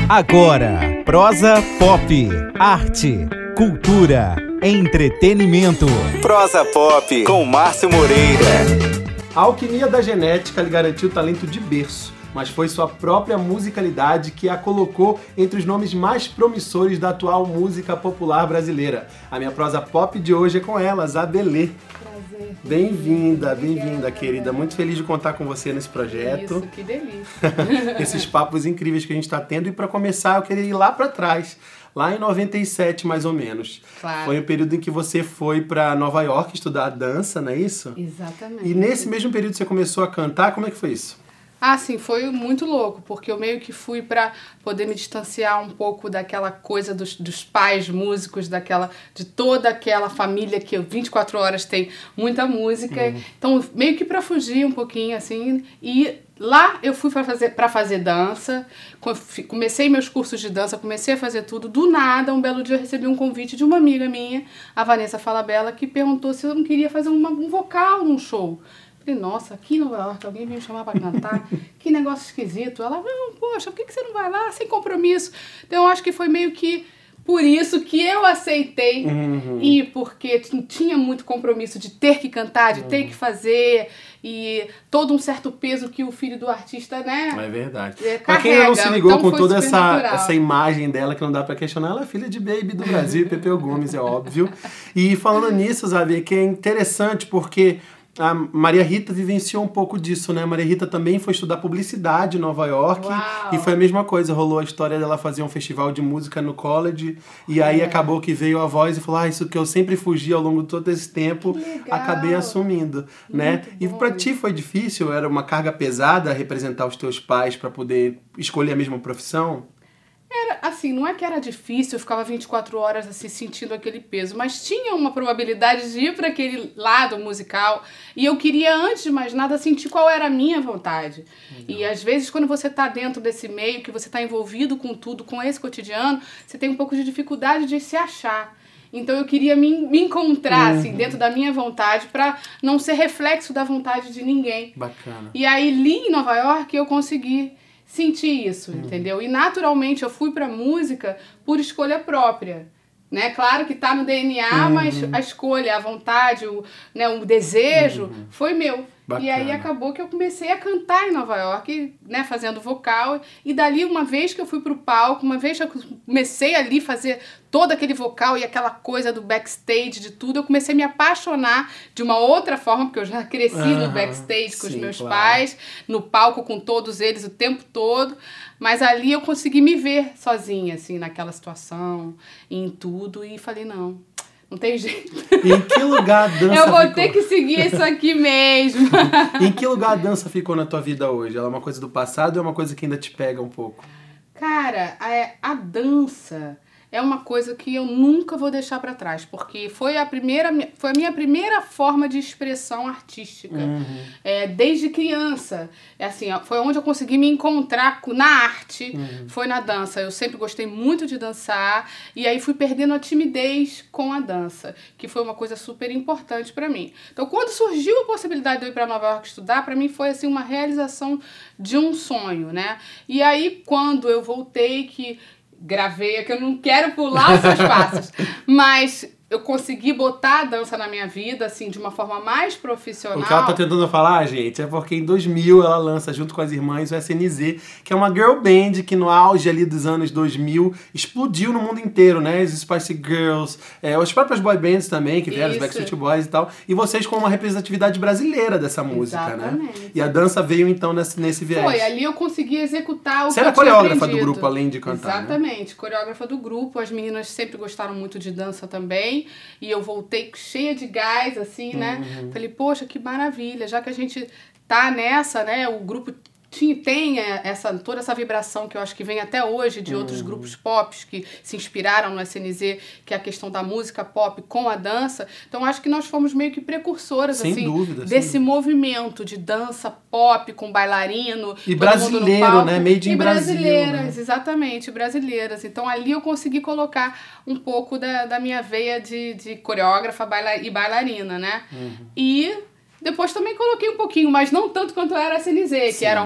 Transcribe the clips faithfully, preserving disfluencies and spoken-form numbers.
Agora, Prosa Pop, arte, cultura, entretenimento. Prosa Pop com Márcio Moreira. A alquimia da genética lhe garantiu talento de berço, mas foi sua própria musicalidade que a colocou entre os nomes mais promissores da atual música popular brasileira. A minha prosa pop de hoje é com ela, Zabelê. Prazer. Bem-vinda, bem-vinda, querida. Muito feliz de contar com você nesse projeto. Isso, que delícia. Esses papos incríveis que a gente está tendo. E para começar, eu queria ir lá para trás. Lá em noventa e sete, mais ou menos. Claro. Foi o período em que você foi para Nova York estudar dança, não é isso? Exatamente. E nesse mesmo período você começou a cantar. Como é que foi isso? Ah, sim, foi muito louco, porque eu meio que fui para poder me distanciar um pouco daquela coisa dos, dos pais músicos, daquela, de toda aquela família que eu, vinte e quatro horas tem muita música. Uhum. Então, meio que para fugir um pouquinho, assim, e lá eu fui para fazer, para fazer dança, comecei meus cursos de dança, comecei a fazer tudo. Do nada, um belo dia eu recebi um convite de uma amiga minha, a Vanessa Falabella, que perguntou se eu não queria fazer uma, um vocal num show. Falei, nossa, aqui em Nova York alguém veio me chamar pra cantar, que negócio esquisito. Ela, não, poxa, por que você não vai lá sem compromisso? Então eu acho que foi meio que por isso que eu aceitei uhum. ir, porque tinha muito compromisso de ter que cantar, de uhum. ter que fazer, e todo um certo peso que o filho do artista, né? É verdade. É, pra quem não se ligou então, com toda essa, essa imagem dela que não dá pra questionar, ela é filha de Baby do Brasil, Pepeu Gomes, é óbvio. E falando nisso, Zabi, que é interessante porque a Maria Rita vivenciou um pouco disso, né? A Maria Rita também foi estudar publicidade em Nova York. Uau. E foi a mesma coisa, rolou a história dela fazer um festival de música no college e aí é. acabou que veio a voz e falou, ah, isso que eu sempre fugi ao longo de todo esse tempo, acabei assumindo, muito né? Bom. E pra ti foi difícil? Era uma carga pesada representar os teus pais pra poder escolher a mesma profissão? Era, assim, não é que era difícil, eu ficava vinte e quatro horas assim, sentindo aquele peso, mas tinha uma probabilidade de ir para aquele lado musical e eu queria, antes de mais nada, sentir qual era a minha vontade. Legal. E às vezes, quando você está dentro desse meio, que você está envolvido com tudo, com esse cotidiano, você tem um pouco de dificuldade de se achar. Então eu queria me, me encontrar, uhum. assim, dentro da minha vontade, para não ser reflexo da vontade de ninguém. Bacana. E aí, ali em Nova York, eu consegui senti isso, uhum. entendeu? E naturalmente eu fui pra música por escolha própria, né? Claro que tá no D N A, uhum. mas a escolha, a vontade, o, né, o desejo uhum. foi meu. Bacana. E aí acabou que eu comecei a cantar em Nova York, né, fazendo vocal, e dali uma vez que eu fui pro palco, uma vez que eu comecei ali a fazer todo aquele vocal e aquela coisa do backstage, de tudo, eu comecei a me apaixonar de uma outra forma, porque eu já cresci ah, no backstage com sim, os meus claro. pais, no palco com todos eles o tempo todo, mas ali eu consegui me ver sozinha, assim, naquela situação, em tudo, e falei, não, não tem jeito. E em que lugar a dança Eu vou ficou? ter que seguir isso aqui mesmo. E em que lugar a dança ficou na tua vida hoje? Ela é uma coisa do passado ou é uma coisa que ainda te pega um pouco? Cara, a, a dança é uma coisa que eu nunca vou deixar pra trás, porque foi a primeira, foi a minha primeira forma de expressão artística, uhum. é, desde criança. É assim, foi onde eu consegui me encontrar na arte, uhum. foi na dança. Eu sempre gostei muito de dançar, e aí fui perdendo a timidez com a dança, que foi uma coisa super importante pra mim. Então, quando surgiu a possibilidade de eu ir pra Nova York estudar, pra mim foi assim, uma realização de um sonho, né? E aí, quando eu voltei, que gravei, que eu não quero pular os seus passos, mas eu consegui botar a dança na minha vida, assim, de uma forma mais profissional. O que ela tá tentando falar, gente, é porque em dois mil ela lança, junto com as irmãs, o S N Z, que é uma girl band que no auge ali dos anos dois mil explodiu no mundo inteiro, né? As Spice Girls, é, as próprias boy bands também, que vieram, os Backstreet Boys e tal, e vocês com uma representatividade brasileira dessa música, exatamente, né? E a dança veio, então, nesse, nesse viés. Foi, ali eu consegui executar o Você que era eu tinha coreógrafa aprendido. do grupo, além de cantar, exatamente, né? Coreógrafa do grupo, as meninas sempre gostaram muito de dança também, e eu voltei cheia de gás, assim, né? Uhum. Falei, poxa, que maravilha, já que a gente tá nessa, né? O grupo tinha, tem essa, toda essa vibração que eu acho que vem até hoje de uhum. outros grupos pop que se inspiraram no S N Z, que é a questão da música pop com a dança. Então, acho que nós fomos meio que precursoras, sem assim, dúvida, desse sem movimento de dança pop com bailarino. E brasileiro, né? Made in e Brasil, brasileiras, né? Exatamente, brasileiras. Então, ali eu consegui colocar um pouco da, da minha veia de, de coreógrafa baila, e bailarina, né? Uhum. E depois também coloquei um pouquinho, mas não tanto quanto era a S N Z, Sim. que eram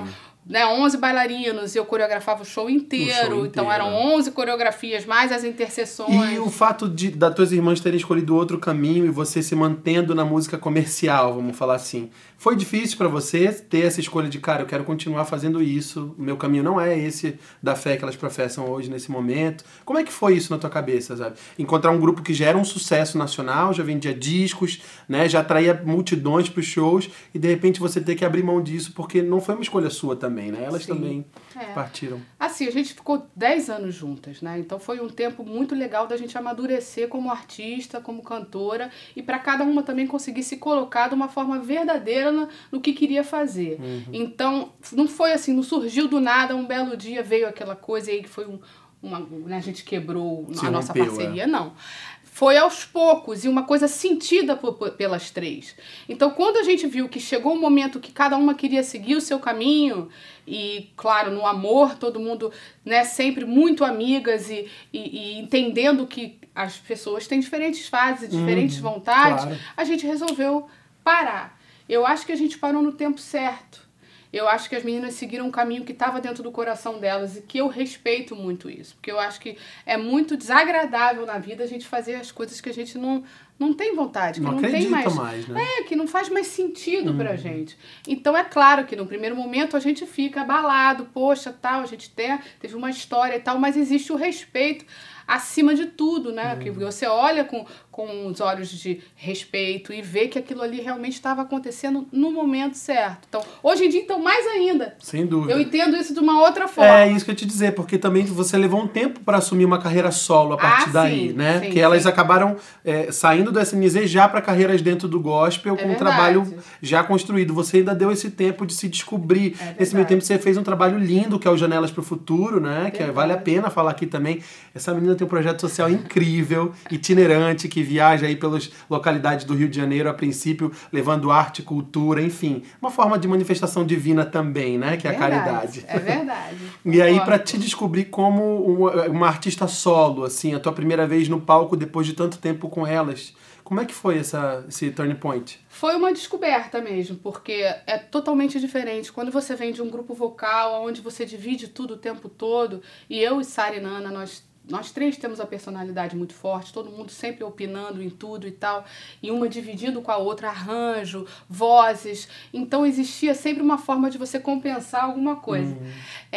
né, onze bailarinos, eu coreografava o show inteiro, o show inteiro. Então eram onze coreografias, mais as interseções. E o fato de das tuas irmãs terem escolhido outro caminho e você se mantendo na música comercial, vamos falar assim, foi difícil pra você ter essa escolha de, cara, eu quero continuar fazendo isso, o meu caminho não é esse da fé que elas professam hoje, nesse momento. Como é que foi isso na tua cabeça, sabe? Encontrar um grupo que já era um sucesso nacional, já vendia discos, né, já atraía multidões pros shows, e de repente você ter que abrir mão disso, porque não foi uma escolha sua também, né? Elas Sim. também é. partiram. Assim, a gente ficou dez anos juntas, né? Então foi um tempo muito legal da gente amadurecer como artista, como cantora, e para cada uma também conseguir se colocar de uma forma verdadeira no, no que queria fazer. Uhum. Então, não foi assim, não surgiu do nada, um belo dia veio aquela coisa e aí que foi um, uma, né, a gente quebrou se a nossa rompeu, parceria, é. não. Foi aos poucos e uma coisa sentida por, por, pelas três. Então, quando a gente viu que chegou um momento que cada uma queria seguir o seu caminho, e, claro, no amor, todo mundo, né, sempre muito amigas e, e, e entendendo que as pessoas têm diferentes fases, diferentes uhum, vontades, claro. A gente resolveu parar. Eu acho que a gente parou no tempo certo. Eu acho que as meninas seguiram um caminho que estava dentro do coração delas e que eu respeito muito isso. Porque eu acho que é muito desagradável na vida a gente fazer as coisas que a gente não, não tem vontade, que não, não acredita tem mais, mais, né? É, que não faz mais sentido uhum. pra gente. Então é claro que no primeiro momento a gente fica abalado, poxa, tal, a gente tem, teve uma história e tal, mas existe o respeito acima de tudo, né? Uhum. Que você olha com, com os olhos de respeito e vê que aquilo ali realmente estava acontecendo no momento certo. Então, hoje em dia, então, mais ainda. Sem dúvida. Eu entendo isso de uma outra forma. É isso que eu ia te dizer, porque também você levou um tempo para assumir uma carreira solo a partir ah, daí, sim, né? Sim, que elas sim. acabaram é, saindo do S N Z já para carreiras dentro do gospel, é com verdade. Um trabalho já construído. Você ainda deu esse tempo de se descobrir. É Nesse meio tempo você fez um trabalho lindo, que é o Janelas para o Futuro, né? Que vale a pena falar aqui também. Essa menina tem um projeto social incrível, itinerante, que viaja aí pelas localidades do Rio de Janeiro, a princípio, levando arte, cultura, enfim. Uma forma de manifestação divina também, né? Que é a verdade, caridade. É verdade. E aí, para te descobrir como uma, uma artista solo, assim, a tua primeira vez no palco depois de tanto tempo com elas, como é que foi essa, esse turning point? Foi uma descoberta mesmo, porque é totalmente diferente. Quando você vem de um grupo vocal, onde você divide tudo o tempo todo, e eu e Sara e Nana, nós Nós três temos a personalidade muito forte, todo mundo sempre opinando em tudo e tal, e uma dividindo com a outra, arranjo, vozes. Então existia sempre uma forma de você compensar alguma coisa, uhum.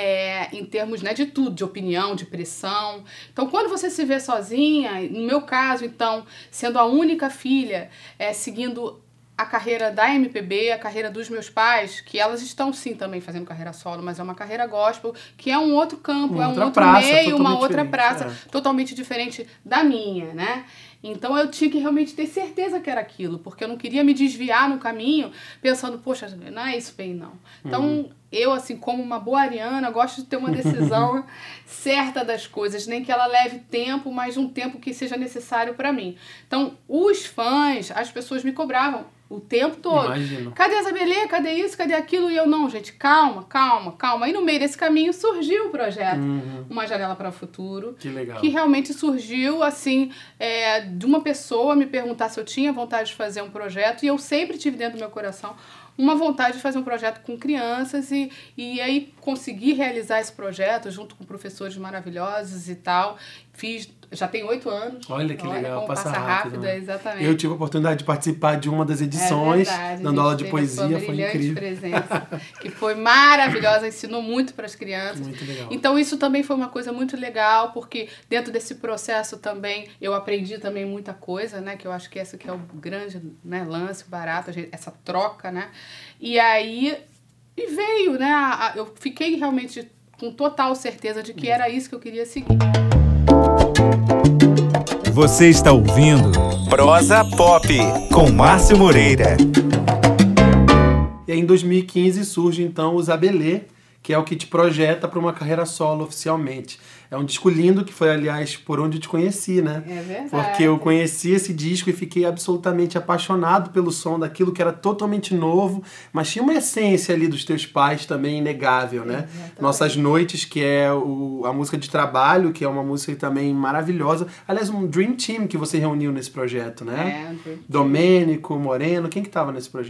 é, em termos, né, de tudo, de opinião, de pressão. Então quando você se vê sozinha, no meu caso, então, sendo a única filha, é, seguindo a carreira da M P B, a carreira dos meus pais, que elas estão sim também fazendo carreira solo, mas é uma carreira gospel, que é um outro campo, uma é um outro praça, meio, uma outra praça, é. totalmente diferente da minha, né? Então eu tinha que realmente ter certeza que era aquilo, porque eu não queria me desviar no caminho pensando, poxa, não é isso bem, não. Então uhum. eu, assim, como uma boa ariana, gosto de ter uma decisão certa das coisas, nem que ela leve tempo, mas um tempo que seja necessário para mim. Então os fãs, as pessoas me cobravam o tempo todo. Imagino. Cadê a Isabelê? Cadê isso? Cadê aquilo? E eu, não, gente, calma, calma, calma. Aí no meio desse caminho surgiu o projeto uhum. Uma Janela para o Futuro. Que legal. Que realmente surgiu, assim, é, de uma pessoa me perguntar se eu tinha vontade de fazer um projeto. E eu sempre tive dentro do meu coração uma vontade de fazer um projeto com crianças e, e aí consegui realizar esse projeto junto com professores maravilhosos e tal. Fiz, já tem oito anos. Olha que legal, como passa, passa rápido. rápido Né? Exatamente. Eu tive a oportunidade de participar de uma das edições, é verdade, dando aula de poesia, foi incrível. Presença, que foi maravilhosa, ensinou muito para as crianças. Muito legal. Então isso também foi uma coisa muito legal, porque dentro desse processo também eu aprendi também muita coisa, né? Que eu acho que esse que é o grande, né, lance, o barato, essa troca, né? E aí e veio, né? A, a, eu fiquei realmente com total certeza de que era isso que eu queria seguir. Você está ouvindo Prosa Pop com Márcio Moreira. E aí, em dois mil e quinze surge então o Isabelê, que é o que te projeta para uma carreira solo oficialmente. É um disco lindo que foi, aliás, por onde eu te conheci, né? É verdade. Porque eu conheci esse disco e fiquei absolutamente apaixonado pelo som daquilo que era totalmente novo, mas tinha uma essência ali dos teus pais também inegável, né? Exatamente. Nossas Noites, que é o, a música de trabalho, que é uma música também maravilhosa. Aliás, um Dream Team que você reuniu nesse projeto, né? É, um Dream Team. Domênico, Moreno, quem que estava nesse projeto?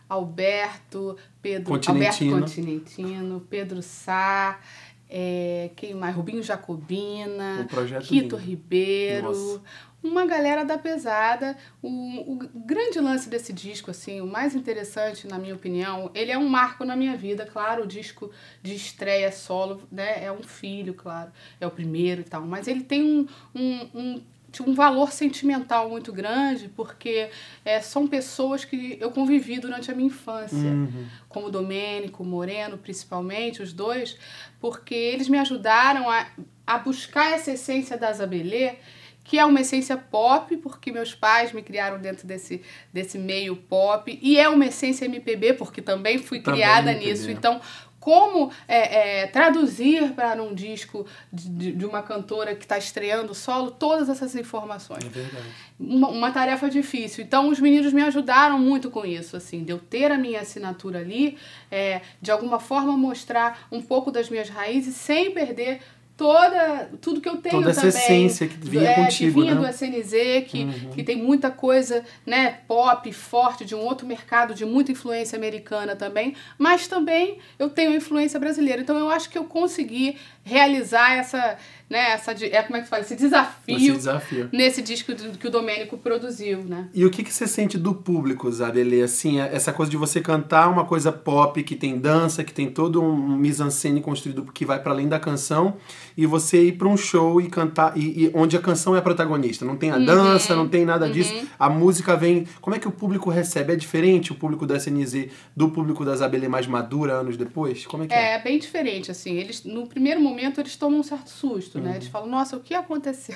Alberto, Pedro, Continentino. Alberto Continentino, Pedro Sá, é, quem mais? Rubinho Jacobina, Um projeto Quito lindo. Ribeiro, Nossa. uma galera da pesada. O, o grande lance desse disco, assim, o mais interessante, na minha opinião, ele é um marco na minha vida, claro, o disco de estreia solo, né, é um filho, claro, é o primeiro e tal, mas ele tem um, um, um um valor sentimental muito grande, porque é, são pessoas que eu convivi durante a minha infância, Uhum. como Domênico, Moreno, principalmente, os dois, porque eles me ajudaram a, a buscar essa essência da Zabelê, que é uma essência pop, porque meus pais me criaram dentro desse, desse meio pop, e é uma essência M P B, porque também fui Também criada M P B. nisso, então como é, é, traduzir para um disco de, de uma cantora que está estreando solo todas essas informações. É verdade. Uma, uma tarefa difícil. Então, os meninos me ajudaram muito com isso, assim, de eu ter a minha assinatura ali, é, de alguma forma mostrar um pouco das minhas raízes sem perder toda, tudo que eu tenho Toda essa também. essência que vinha é, contigo, que vinha né? do S N Z, que, Uhum. que tem muita coisa, né, pop, forte, de um outro mercado, de muita influência americana também, mas também eu tenho influência brasileira. Então, eu acho que eu consegui realizar essa, né, essa, é, como é que fala, esse desafio, Esse desafio. nesse disco do, que o Domênico produziu, né? E o que, que você sente do público, Zabelê? Assim, essa coisa de você cantar uma coisa pop, que tem dança, que tem todo um mise-en-scène construído que vai para além da canção, e você ir para um show e cantar, e, e onde a canção é a protagonista. Não tem a Uhum. dança, não tem nada Uhum. disso. A música vem... Como é que o público recebe? É diferente o público da S N Z do público da Zabelê mais madura, anos depois? Como é que é? É bem diferente, assim. Eles, no primeiro momento, eles tomam um certo susto, né? Uhum. Eles falam, nossa, o que aconteceu?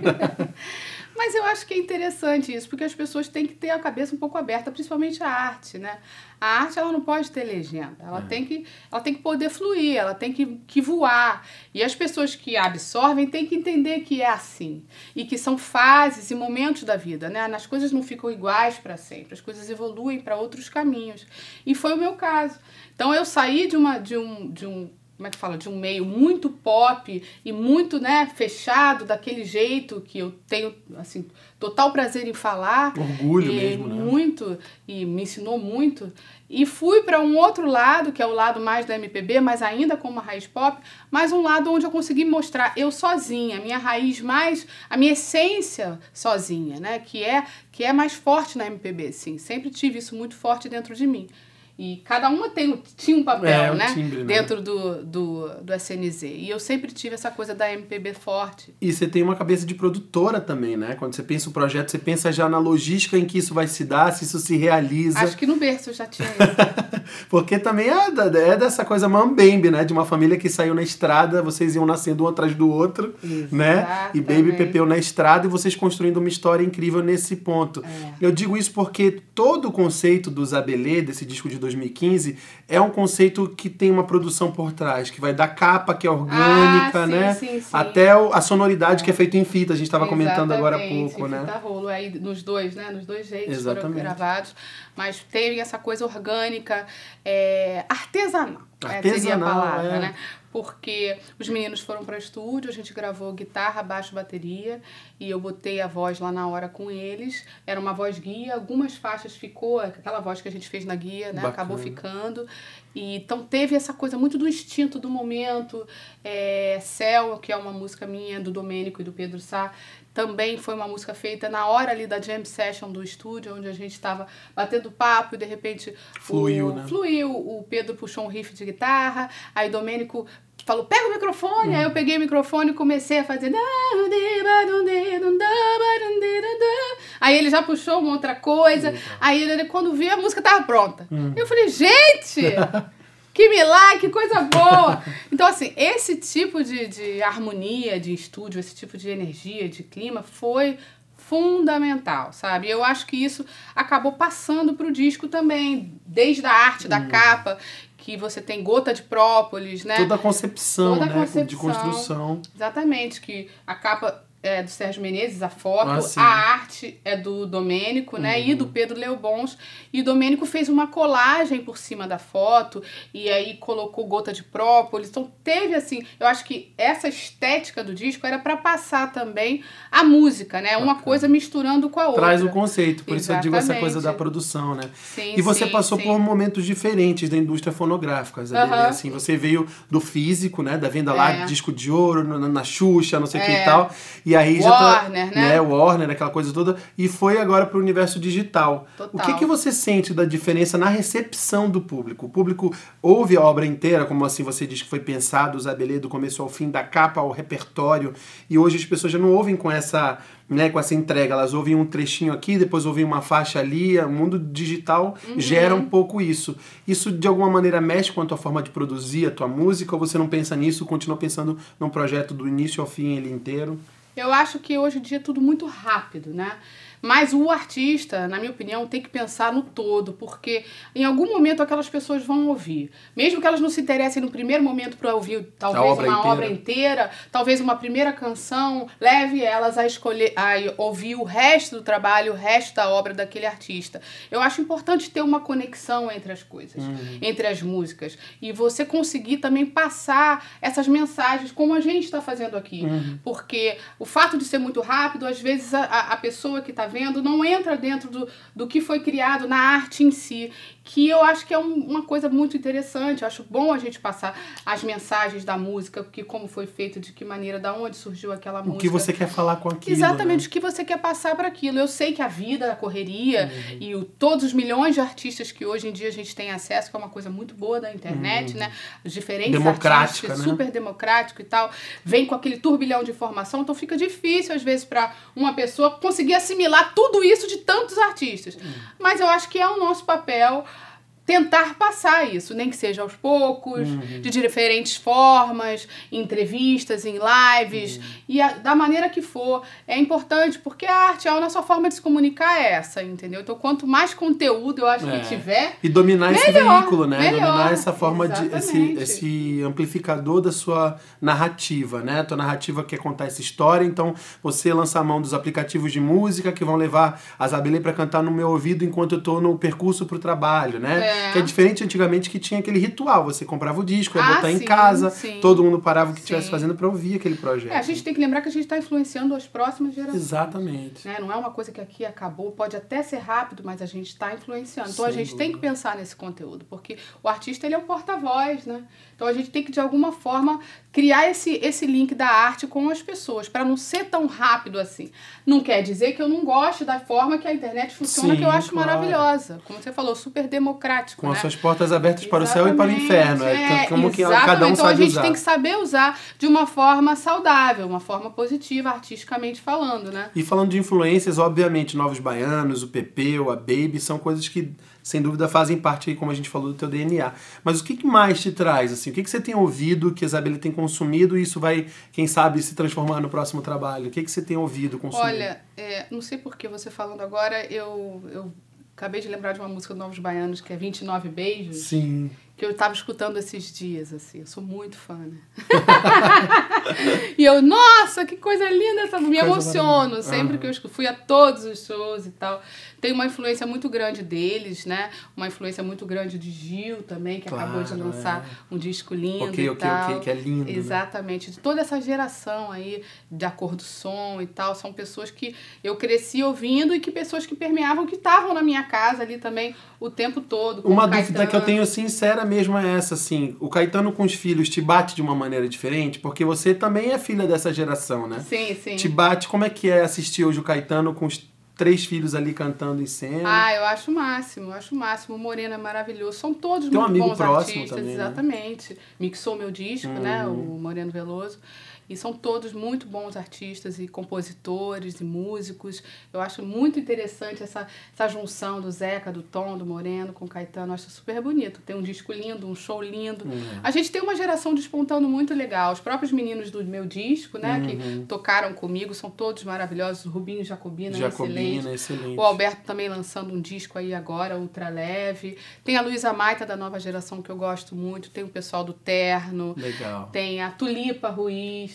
Mas eu acho que é interessante isso, porque as pessoas têm que ter a cabeça um pouco aberta, principalmente a arte, né? A arte, ela não pode ter legenda. Ela, É. tem, que, ela tem que poder fluir, ela tem que, que voar. E as pessoas que absorvem têm que entender que é assim. E que são fases e momentos da vida, né? As coisas não ficam iguais para sempre. As coisas evoluem para outros caminhos. E foi o meu caso. Então, eu saí de, uma, de um... De um como é que fala, de um meio muito pop e muito, né, fechado, daquele jeito que eu tenho, assim, total prazer em falar. Orgulho e mesmo, né? Muito, e me ensinou muito. E fui para um outro lado, que é o lado mais da M P B, mas ainda com uma raiz pop, mas um lado onde eu consegui mostrar eu sozinha, a minha raiz mais, a minha essência sozinha, né, que é, que é mais forte na M P B, sim. Sempre tive isso muito forte dentro de mim. E cada uma tem, tinha um papel, É, um né? timbre, né? Dentro do, do, do S N Z. E eu sempre tive essa coisa da M P B forte. E você tem uma cabeça de produtora também, né? Quando você pensa o projeto, você pensa já na logística em que isso vai se dar, se isso se realiza. Acho que no berço eu já tinha isso. Porque também é, da- é dessa coisa mambembe, né? De uma família que saiu na estrada, vocês iam nascendo um atrás do outro, né? E Baby Exatamente. Pepeu na estrada e vocês construindo uma história incrível nesse ponto. É. Eu digo isso porque todo o conceito do Zabelê, desse disco de dois mil e quinze, é um conceito que tem uma produção por trás, que vai da capa, que é orgânica, Ah, sim, né? sim, sim. Até o- a sonoridade que é feita em fita, a gente estava comentando agora há Exatamente, pouco, né? fita rolo aí nos dois, né? Nos dois jeitos foram Exatamente. gravados. Mas teve essa coisa orgânica, é, artesanal, né, seria a Artesanal, palavra, é. né? Porque os meninos foram para o estúdio, a gente gravou guitarra, baixo, bateria, e eu botei a voz lá na hora com eles. Era uma voz guia, algumas faixas ficou, aquela voz que a gente fez na guia, né? Bacana. Acabou ficando. E, então teve essa coisa muito do instinto do momento. É, Céu, que é uma música minha, do Domênico e do Pedro Sá, também foi uma música feita na hora ali da jam session do estúdio, onde a gente estava batendo papo e de repente Fluiu, o, né? fluiu, o Pedro puxou um riff de guitarra, aí o Domênico falou, pega o microfone, aí eu peguei o microfone e comecei a fazer... Aí ele já puxou uma outra coisa, aí ele, quando viu, a música estava pronta. Eu falei, gente... Que milagre, que coisa boa! Então, assim, esse tipo de, de harmonia de estúdio, esse tipo de energia, de clima, foi fundamental, sabe? Eu acho que isso acabou passando pro disco também, desde a arte da capa, que você tem gota de própolis, né? Toda a concepção, Toda a né? concepção. De construção. Exatamente, que a capa é do Sérgio Menezes, a foto, Ah, a arte é do Domênico, né, Uhum. e do Pedro Leobons, e o Domênico fez uma colagem por cima da foto, e aí colocou gota de própolis, então teve assim, eu acho que essa estética do disco era para passar também a música, né, uma coisa misturando com a outra. Traz o conceito, por isso eu digo essa Exatamente. coisa da produção, né? Sim, E você sim, passou sim. por momentos diferentes da indústria fonográfica, Isabelle. Aham. Assim, você veio do físico, né? Da venda lá É. de disco de ouro, na, na Xuxa, não sei o que É. e tal. E aí já Warner, tá, né? Warner, aquela coisa toda. E foi agora pro universo digital. Total. O que, que você sente da diferença na recepção do público? O público ouve a obra inteira, como assim você diz que foi pensado, Isabelle, do começo ao fim, da capa ao repertório. E hoje as pessoas já não ouvem com essa... Né, com essa entrega, elas ouvem um trechinho aqui, depois ouvem uma faixa ali, o mundo digital Uhum. gera um pouco isso. Isso de alguma maneira mexe com a tua forma de produzir a tua música, ou você não pensa nisso, continua pensando num projeto do início ao fim, ele inteiro? Eu acho que hoje em dia é tudo muito rápido, né? Mas o artista, na minha opinião, tem que pensar no todo, porque em algum momento aquelas pessoas vão ouvir. Mesmo que elas não se interessem no primeiro momento para ouvir talvez obra uma inteira. obra inteira, talvez uma primeira canção, leve elas a escolher, a ouvir o resto do trabalho, o resto da obra daquele artista. Eu acho importante ter uma conexão entre as coisas, entre as músicas. E você conseguir também passar essas mensagens, como a gente está fazendo aqui. Porque o fato de ser muito rápido, às vezes a, a pessoa que está vendo não entra dentro do, do que foi criado na arte em si, que eu acho que é um, uma coisa muito interessante. Eu acho bom a gente passar as mensagens da música, que como foi feito, de que maneira, da onde surgiu aquela O música. que você quer falar com aquilo, Exatamente, né? o que você quer passar para aquilo. Eu sei que a vida, a correria e o, todos os milhões de artistas que hoje em dia a gente tem acesso, que é uma coisa muito boa da internet, né? Os diferentes Democrática, artistas, né? super democrático e tal, vem com aquele turbilhão de informação, então fica difícil às vezes para uma pessoa conseguir assimilar tudo isso de tantos artistas. Mas eu acho que é o nosso papel tentar passar isso, nem que seja aos poucos, Uhum. de diferentes formas, em entrevistas, em lives, Uhum. e a, da maneira que for. É importante, porque a arte, a nossa forma de se comunicar é essa, entendeu? Então, quanto mais conteúdo eu acho É. que tiver... E dominar esse Melhor, veículo, né? melhor. Dominar essa forma de... Esse, Exatamente. esse amplificador da sua narrativa, né? A tua narrativa quer contar essa história, então você lança a mão dos aplicativos de música que vão levar a Isabelle pra cantar no meu ouvido enquanto eu tô no percurso pro trabalho, né? É. Que é diferente antigamente, que tinha aquele ritual. Você comprava o disco, ia Ah, botar em sim, casa, sim. todo mundo parava o que Sim. estivesse fazendo pra ouvir aquele projeto. É, a gente tem que lembrar que a gente está influenciando as próximas gerações. Exatamente. Né? Não é uma coisa que aqui acabou, pode até ser rápido, mas a gente está influenciando. Então a Sem gente tem que dúvida. pensar nesse conteúdo, porque o artista ele é o porta-voz, né? Então a gente tem que de alguma forma criar esse, esse link da arte com as pessoas, para não ser tão rápido assim. Não quer dizer que eu não goste da forma que a internet funciona, Sim, que eu acho claro. maravilhosa. Como você falou, super democrático, Com né? as suas portas abertas para o céu e para o Exatamente, inferno. É, como que exatamente. cada um Então sabe a gente usar. tem que saber usar de uma forma saudável, uma forma positiva, artisticamente falando, né? E falando de influências, obviamente, Novos Baianos, o Pepeu, a Baby, são coisas que, sem dúvida, fazem parte, aí, como a gente falou, do teu D N A. Mas o que que mais te traz? Assim? O que que você tem ouvido, que a Isabelle tem consumido e isso vai, quem sabe, se transformar no próximo trabalho? O que que você tem ouvido, consumido? Olha, é, não sei por que você falando agora, eu, eu acabei de lembrar de uma música do Novos Baianos, que é vinte e nove Beijos. Sim. Que eu tava escutando esses dias, assim. Eu sou muito fã, né? E eu, nossa, que coisa linda essa... Me Coisa emociono maravilhosa. sempre Aham. que eu escuto. Fui a todos os shows e tal. Tem uma influência muito grande deles, né? Uma influência muito grande de Gil também, que Claro, acabou de lançar é. um disco lindo Ok, e ok, tal. ok, que é lindo, né? Exatamente. De toda essa geração aí, de Acordo do Som e tal, são pessoas que eu cresci ouvindo e que pessoas que permeavam, que estavam na minha casa ali também o tempo todo. com Uma o dúvida Caetano. que eu tenho sincera mesmo é essa, assim, o Caetano com os filhos te bate de uma maneira diferente? Porque você também é filha dessa geração, né? Sim, sim. Te bate, como é que é assistir hoje o Caetano com os três filhos ali cantando em cena? Ah, eu acho o máximo, eu acho o máximo. O Moreno é maravilhoso. São todos Tem um muito amigo bons próximo artistas, também, né? exatamente. Mixou meu disco, né? Uhum. O Moreno Veloso. E são todos muito bons artistas e compositores e músicos. Eu acho muito interessante essa, essa junção do Zeca, do Tom, do Moreno com o Caetano. Eu acho super bonito. Tem um disco lindo, um show lindo. Uhum. A gente tem uma geração despontando muito legal. Os próprios meninos do meu disco, né? Uhum. Que tocaram comigo, são todos maravilhosos. O Rubinho Jacobina, Jacobina, excelente. excelente. O Alberto também lançando um disco aí agora, ultra leve. Tem a Luísa Maita, da nova geração, que eu gosto muito. Tem o pessoal do Terno. Legal. Tem a Tulipa Ruiz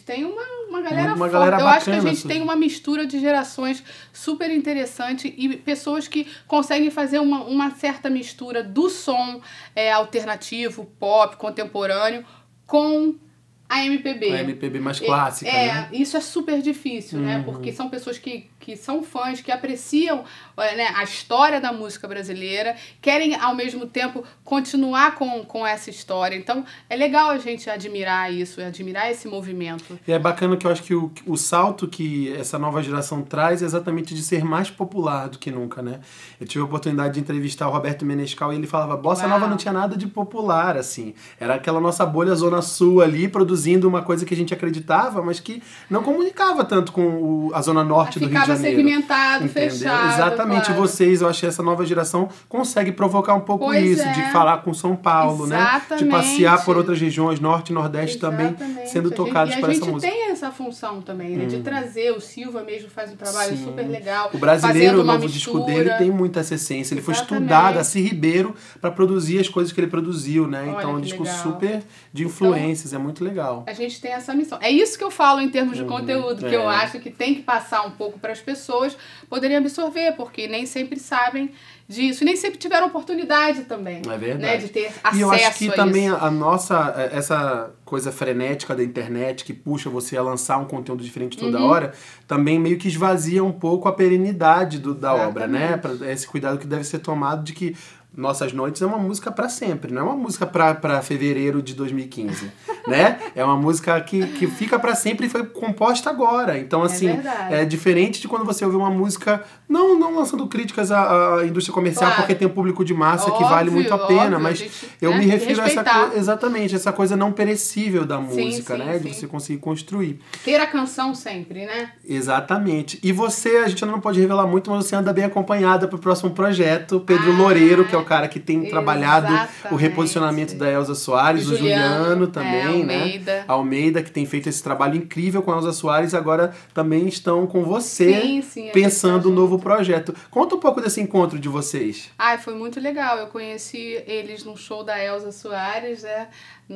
tem uma, uma galera uma forte. galera Eu bacana, acho que a gente assim. tem uma mistura de gerações super interessante e pessoas que conseguem fazer uma, uma certa mistura do som é, alternativo, pop, contemporâneo, com a M P B. A M P B mais clássica, é, né? É, isso é super difícil, Uhum. né? Porque são pessoas que, que são fãs, que apreciam é, né, a história da música brasileira, querem, ao mesmo tempo, continuar com, com essa história. Então, é legal a gente admirar isso, admirar esse movimento. E é bacana que eu acho que o, o salto que essa nova geração traz é exatamente de ser mais popular do que nunca, né? Eu tive a oportunidade de entrevistar o Roberto Menescal e ele falava, bossa Uau. nova não tinha nada de popular, assim. Era aquela nossa bolha Zona Sul ali, produzindo uma coisa que a gente acreditava, mas que não comunicava tanto com o, a Zona Norte do Rio de Ficava Janeiro. segmentado, Entendeu? fechado. Exatamente, claro. vocês, eu acho que essa nova geração consegue provocar um pouco Pois isso, é. de falar com São Paulo, Exatamente. né? De passear por outras regiões, Norte e Nordeste também, Exatamente. sendo A gente- tocados por essa E a música. gente tem essa função também, né? De trazer. O Silva mesmo faz um trabalho Sim. super legal. O brasileiro, fazendo o uma novo mistura. disco dele tem muita essa essência. Ele foi Exatamente. estudar Darcy Ribeiro para produzir as coisas que ele produziu, né? Olha Então é um que disco legal. super de influências, é muito legal. A gente tem essa missão. É isso que eu falo em termos de conteúdo, que é. eu acho que tem que passar um pouco para as pessoas poderem absorver, porque nem sempre sabem disso, e nem sempre tiveram oportunidade também. É verdade. Né, de ter acesso E eu acho que a também isso. a nossa, essa coisa frenética da internet que puxa você a lançar um conteúdo diferente toda Uhum. hora, também meio que esvazia um pouco a perenidade do, da Exatamente. obra, né? Pra, esse cuidado que deve ser tomado de que Nossas Noites é uma música pra sempre, não é uma música pra, pra fevereiro de dois mil e quinze, né? É uma música que, que fica pra sempre e foi composta agora. Então, assim, verdade. é diferente de quando você ouve uma música, não, não lançando críticas à, à indústria comercial, Claro. porque tem um público de massa que Óbvio, vale muito a pena, óbvio, mas a gente, eu né, me tem que refiro a essa respeitar. coisa, exatamente, essa coisa não perecível da Sim, música, sim, né? sim. De você conseguir construir. Ter a canção sempre, né? Exatamente. E você, a gente ainda não pode revelar muito, mas você anda bem acompanhada pro próximo projeto. Pedro Ah, Loureiro, que é o cara que tem trabalhado o exatamente. reposicionamento da Elza Soares, O o Juliano, Juliano, também, é, Almeida. né? Almeida, que tem feito esse trabalho incrível com a Elza Soares, agora também estão com você, Sim, sim, a gente pensando tá um novo junto. projeto. Conta um pouco desse encontro de vocês. Ai, foi muito legal. Eu conheci eles num show da Elza Soares, né?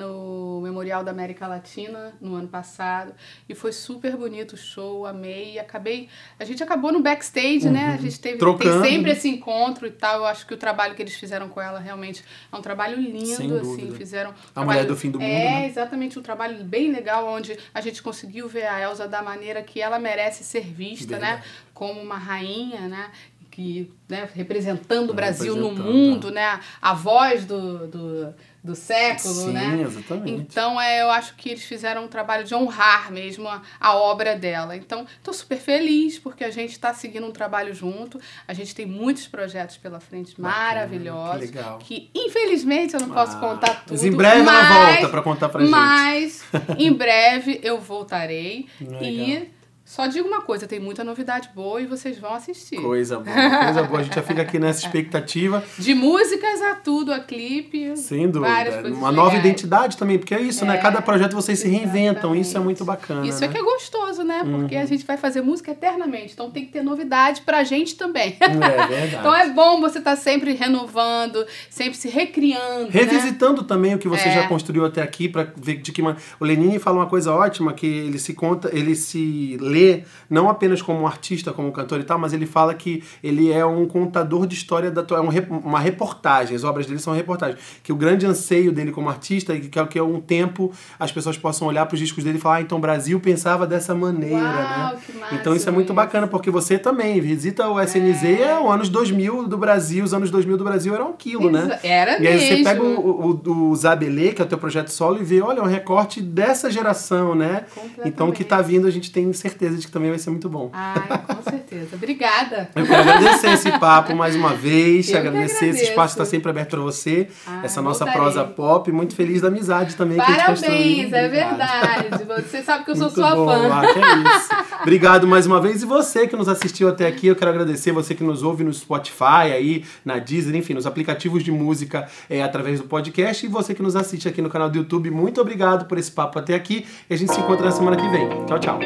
No Memorial da América Latina, no ano passado. E foi super bonito o show, amei. E acabei... A gente acabou no backstage, né? A gente teve, Trocando, tem sempre né? esse encontro e tal. Eu acho que o trabalho que eles fizeram com ela realmente é um trabalho lindo, Sem assim. dúvida. Fizeram um A trabalho- Mulher do Fim do Mundo, É, né? exatamente. Um trabalho bem legal, onde a gente conseguiu ver a Elza da maneira que ela merece ser vista, né? Verdade. Como uma rainha, né? Que, né, representando o Brasil no Representando, mundo, né? A voz do, do, do século, Sim, né? exatamente. Então, é, eu acho que eles fizeram um trabalho de honrar mesmo a, a obra dela. Então, estou super feliz porque a gente está seguindo um trabalho junto. A gente tem muitos projetos pela frente maravilhosos. que legal. Que, infelizmente, eu não posso Ah, contar tudo. mas em breve ela mas- volta pra contar pra gente. Mas, em breve, eu voltarei. Legal. E só digo uma coisa, tem muita novidade boa e vocês vão assistir. Coisa boa, coisa boa. A gente já fica aqui nessa expectativa. De músicas a tudo, a clipe. Sem várias dúvida. coisas Uma nova legais. identidade também, porque é isso, né? É, Cada projeto vocês se reinventam, exatamente. isso é muito bacana. Isso né? é que é gostoso, né? Porque a gente vai fazer música eternamente, então tem que ter novidade pra gente também. É verdade. Então é bom você estar sempre renovando, sempre se recriando, né? Revisitando também o que você É. já construiu até aqui para ver de que maneira. O Lenine fala uma coisa ótima, que ele se conta, ele se lê não apenas como um artista, como um cantor e tal, mas ele fala que ele é um contador de história da tua, é um, rep- uma reportagem, as obras dele são reportagens, que o grande anseio dele como artista é que, que é um tempo as pessoas possam olhar para os discos dele e falar, ah, então o Brasil pensava dessa maneira, Uau, né? que máximo Então isso é muito isso. bacana, porque você também visita o S N Z, é. os anos dois mil do Brasil, os anos dois mil do Brasil eram aquilo, né? Exa- Era E aí você mesmo. pega o, o, o Zabelê, que é o teu projeto solo, e vê, olha, é um recorte dessa geração, né? Completamente. Então o que tá vindo, a gente tem certeza de que também vai ser muito bom. Ai, com certeza. Obrigada. Eu quero agradecer esse papo mais uma vez, Eu que agradecer, esse agradeço. espaço está sempre aberto para você, Ah, essa nossa voltarei. prosa pop, muito feliz da amizade também que a gente construiu. Parabéns, é Obrigado. verdade. Você sabe que eu sou Muito sua bom, fã. ah, que é isso. Obrigado mais uma vez. E você que nos assistiu até aqui, eu quero agradecer você que nos ouve no Spotify, aí, na Deezer, enfim, nos aplicativos de música é, através do podcast. E você que nos assiste aqui no canal do YouTube, muito obrigado por esse papo até aqui. E a gente se encontra na semana que vem. Tchau, tchau.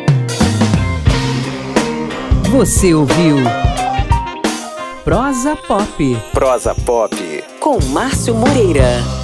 Você ouviu Prosa Pop Prosa Pop. com Márcio Moreira.